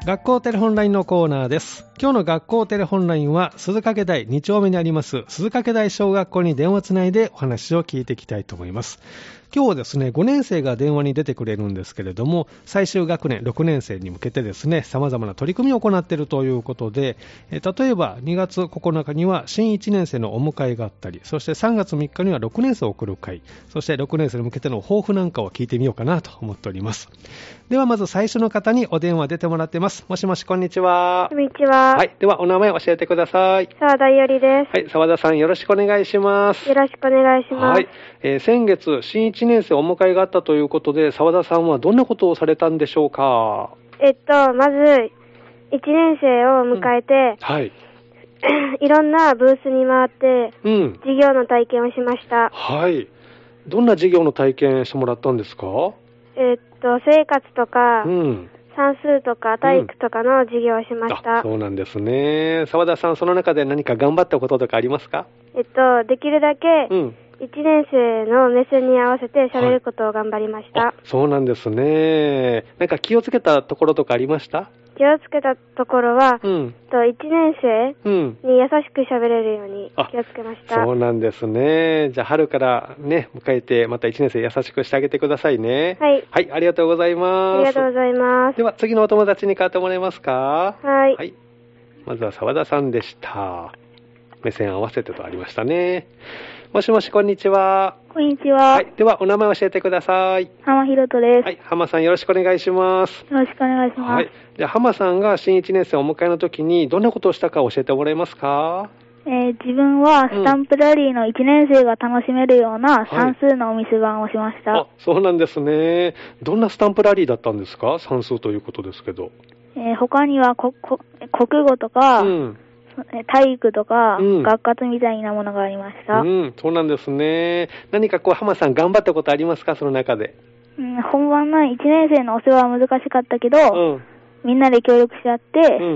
学校テレホンラインのコーナーです。今日の学校テレホンラインは鈴掛台2丁目にあります鈴掛台小学校に電話つないでお話を聞いていきたいと思います。今日はですね、5年生が電話に出てくれるんですけれども、最終学年6年生に向けてですね、様々な取り組みを行っているということで、例えば2月9日には新1年生のお迎えがあったり、そして3月3日には6年生を送る会、そして6年生に向けての抱負なんかを聞いてみようかなと思っております。ではまず最初の方にお電話出てもらってます。もしもし、こんにちは。 こんにちは。 はい。ではお名前教えてください。 澤田伊織です。 はい。澤田さん、よろしくお願いします。 よろしくお願いします。 はい。先月、新1年生お迎えがあったということで、澤田さんはどんなことをされたんでしょうか？ まず、1年生を迎えて、 はい。 いろんなブースに回って、授業の体験をしました。 はい。どんな授業の体験してもらったんですか？ 生活とか、算数とか体育とかの授業をしました。 そうなんですね。澤田さん、その中で何か頑張ったこととかありますか？ できるだけ、1年生の目線に合わせて喋ることを頑張りました。 そうなんですね。なんか気をつけたところとかありました？ 気をつけたところは、1年生に優しく喋れるように気をつけました。 そうなんですね。じゃあ春からね、迎えてまた1年生優しくしてあげてくださいね。 はい。 はい、ありがとうございます。 ありがとうございます。 では次のお友達に代わってもらえますか？ はい。 はい。まずは澤田さんでした。目線合わせてとありましたね。もしもし、こんにちは。 こんにちは。 はい。では、お名前教えてください。 浜ひろとです。 はい。浜さん、よろしくお願いします。 よろしくお願いします。 はい。じゃあ、浜さんが新1年生をお迎えの時に、どんなことをしたか教えてもらえますか？ 自分はスタンプラリーの1年生が楽しめるような算数のお店番をしました。 そうなんですね。どんなスタンプラリーだったんですか？算数ということですけど。 他には国語とか、体育とか、学活みたいなものがありました。 そうなんですね。何か浜さん頑張ったことありますか？その中で。 本番の1年生のお世話は難しかったけど、みんなで協力し合って、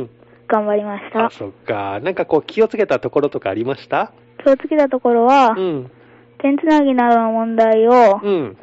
頑張りました。 そっか。なんか気をつけたところとかありました？ 気をつけたところは、点つなぎなどの問題を、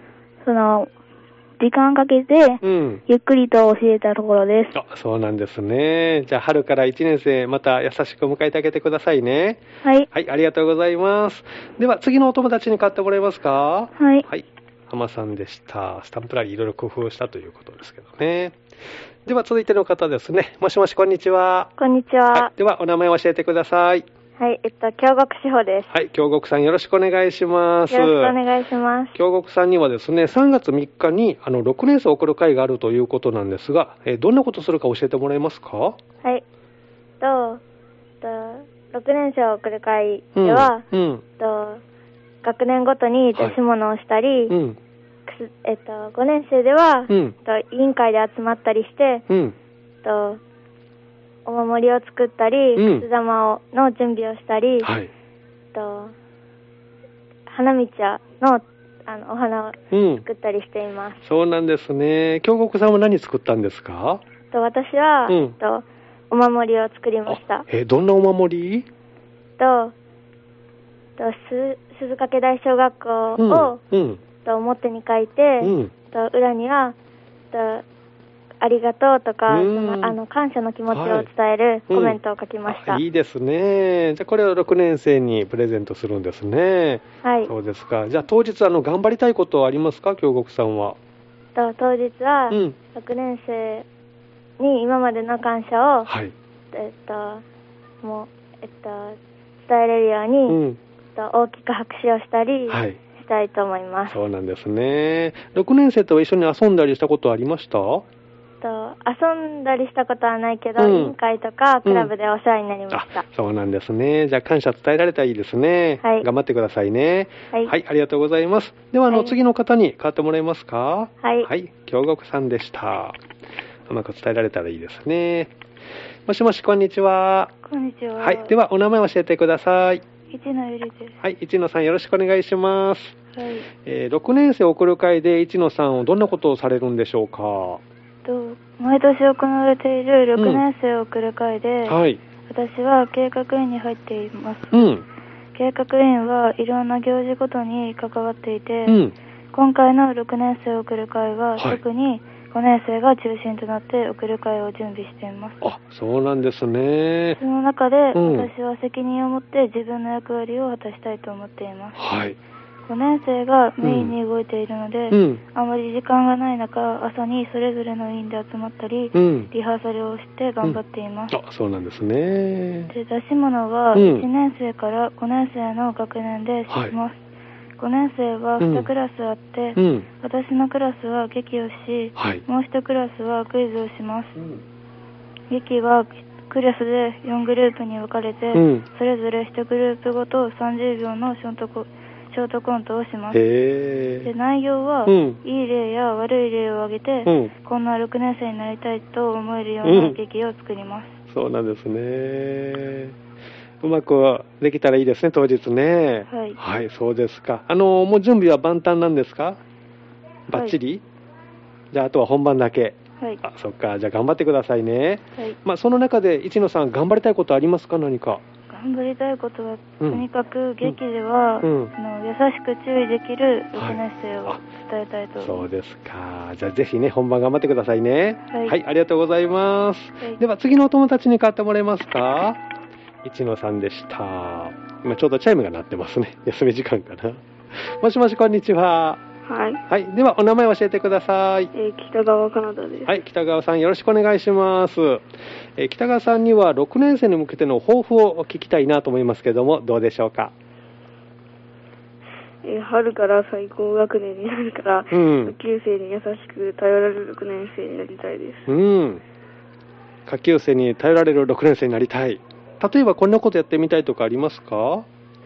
時間かけて、ゆっくりと教えたところです。 そうなんですね。じゃあ、春から1年生、また優しく迎えてあげてくださいね。 はい。 はい、ありがとうございます。では、次のお友達に代わってもらえますか？ はい。 はい。浜さんでした。スタンプラリーいろいろ工夫したということですけどね。では、続いての方ですね。もしもし、こんにちは。 こんにちは。 はい。では、お名前を教えてください。 はい、京極志保です。 はい、京極さんよろしくお願いします。 よろしくお願いします。 京極さんにはですね、3月3日に6年生を送る会があるということなんですが、どんなことするか教えてもらえますか？ はい。6年生を送る会では、学年ごとに出し物をしたり、5年生では、委員会で集まったりして、お守りを作ったり、くす玉の準備をしたり、花道のお花を作ったりしています。 そうなんですね。京極さんは何作ったんですか？ 私は、お守りを作りました。 どんなお守り？ 鈴掛台小学校を、表に書いて、裏には、ありがとうとか、感謝の気持ちを伝えるコメントを書きました。 いいですね。じゃあこれを6年生にプレゼントするんですね。 はい。 そうですか。じゃあ当日頑張りたいことはありますか？京極さんは。 当日は、6年生に今までの感謝を、伝えれるように、大きく拍手をしたりしたいと思います。 そうなんですね。6年生と一緒に遊んだりしたことはありました？ 遊んだりしたことはないけど、委員会とかクラブでお世話になりました。 そうなんですね。じゃあ感謝伝えられたらいいですね。 はい。 頑張ってくださいね。 はい。 はい、ありがとうございます。では次の方に代わってもらえますか？ はい。 はい、京極さんでした。うまく伝えられたらいいですね。もしもし、こんにちは。 こんにちは。 はい、ではお名前教えてください。 一野ゆりです。 はい、一野さんよろしくお願いします。 はい。 6年生を送る会で一野さんはどんなことをされるんでしょうか？ 毎年行われている6年生を送る会で、私は計画員に入っています。計画員はいろんな行事ごとに関わっていて、今回の6年生を送る会は特に 5年生が中心となって送る会を準備しています。 あ、そうなんですね。 その中で、私は責任を持って自分の役割を果たしたいと思っています。 はい。 5年生がメインに動いているので、あまり時間がない中、朝にそれぞれの委員で集まったり、リハーサルをして頑張っています。 あ、そうなんですね。 で、出し物は1年生から5年生の学年でします。5年生は2クラスあって、私のクラスは劇をし、もう1クラスはクイズをします。劇はクラスで4グループに分かれて、それぞれ1グループごと30秒のショートコントをします。で、内容は、いい例や悪い例を挙げて、こんな6年生になりたいと思えるような劇を作ります。 そうなんですね。うまくできたらいいですね、当日ね。はい、そうですか。もう準備は万端なんですか？バッチリ？じゃあ、あとは本番だけ。あ、そっか。じゃあ、頑張ってくださいね。その中で、一野さん、頑張りたいことありますか？何か。 頑張りたいことは、とにかく劇では、優しく注意できる6年生を伝えたいと思います。そうですか。じゃあぜひね、本番頑張ってくださいね。はい、ありがとうございます。では次のお友達に代わってもらえますか？一野さんでした。今ちょうどチャイムが鳴ってますね。休み時間かな。もしもし、こんにちは。はい。では、お名前教えてください。 北川かなたです。 はい、北川さん、よろしくお願いします。北川さんには6年生に向けての抱負を聞きたいなと思いますけども、どうでしょうか？ 春から最高学年になるから、下級生に優しく頼られる6年生になりたいです。 下級生に頼られる6年生になりたい。例えば、こんなことやってみたいとかありますか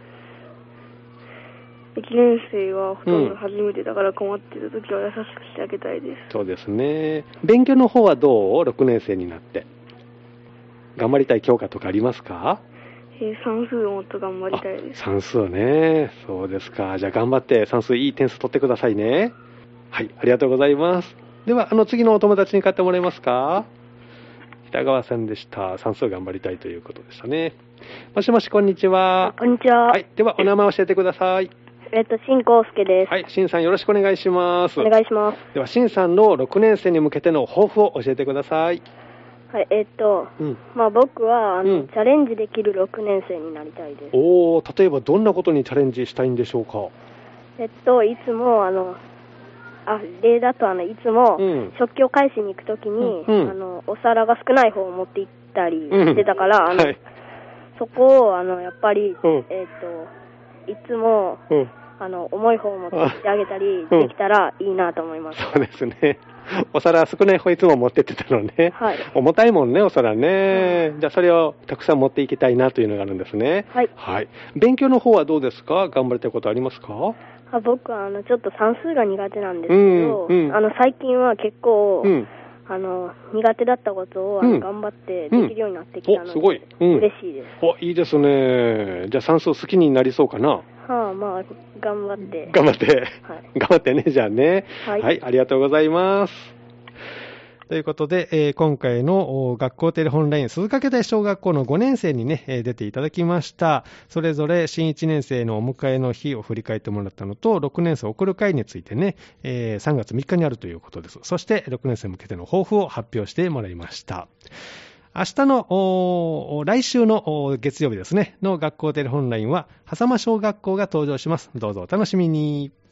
？1年生はほとんど初めてだから困っているときは優しくしてあげたいです。 そうですね。勉強の方はどう？ 6 年生になって。頑張りたい教科とかありますか？ 算数をもっと頑張りたいです。 算数ね。そうですか。じゃあ頑張って算数いい点数取ってくださいね。はい、ありがとうございます。では、次のお友達に買ってもらえますか？北川さんでした。算数頑張りたいということでしたね。もしもし、こんにちは。 こんにちは。 はい、ではお名前教えてください。 新康介です。 はい、新さんよろしくお願いします。 お願いします。 では、新さんの6年生に向けての抱負を教えてください。 はい、僕はチャレンジできる6年生になりたいです。 例えばどんなことにチャレンジしたいんでしょうか？ いつも例だといつも食器を返しに行くときに、お皿が少ない方を持って行ったりしてたから、そこをやっぱり、いつも、重い方を持って行ってあげたりできたらいいなと思います。 そうですね。お皿少ない方いつも持ってってたのね。重たいもんね、お皿ね。じゃあそれをたくさん持っていきたいなというのがあるんですね。はい。勉強の方はどうですか？頑張りたいことありますか？ 僕はちょっと算数が苦手なんですけど、最近は結構、苦手だったことを頑張ってできるようになってきたので、すごい、嬉しいです。 いいですね。じゃあ算数好きになりそうかな？ 頑張って。 頑張ってね、じゃあね。はい、ありがとうございます。ということで、今回の学校テレホンライン鈴掛台小学校の5年生にね、出ていただきました。それぞれ新1年生のお迎えの日を振り返ってもらったのと、6年生を送る会についてね、3月3日にあるということです。そして6年生に向けての抱負を発表してもらいました。明日の来週の月曜日ですねの学校テレホンラインは狭間小学校が登場します。どうぞお楽しみに。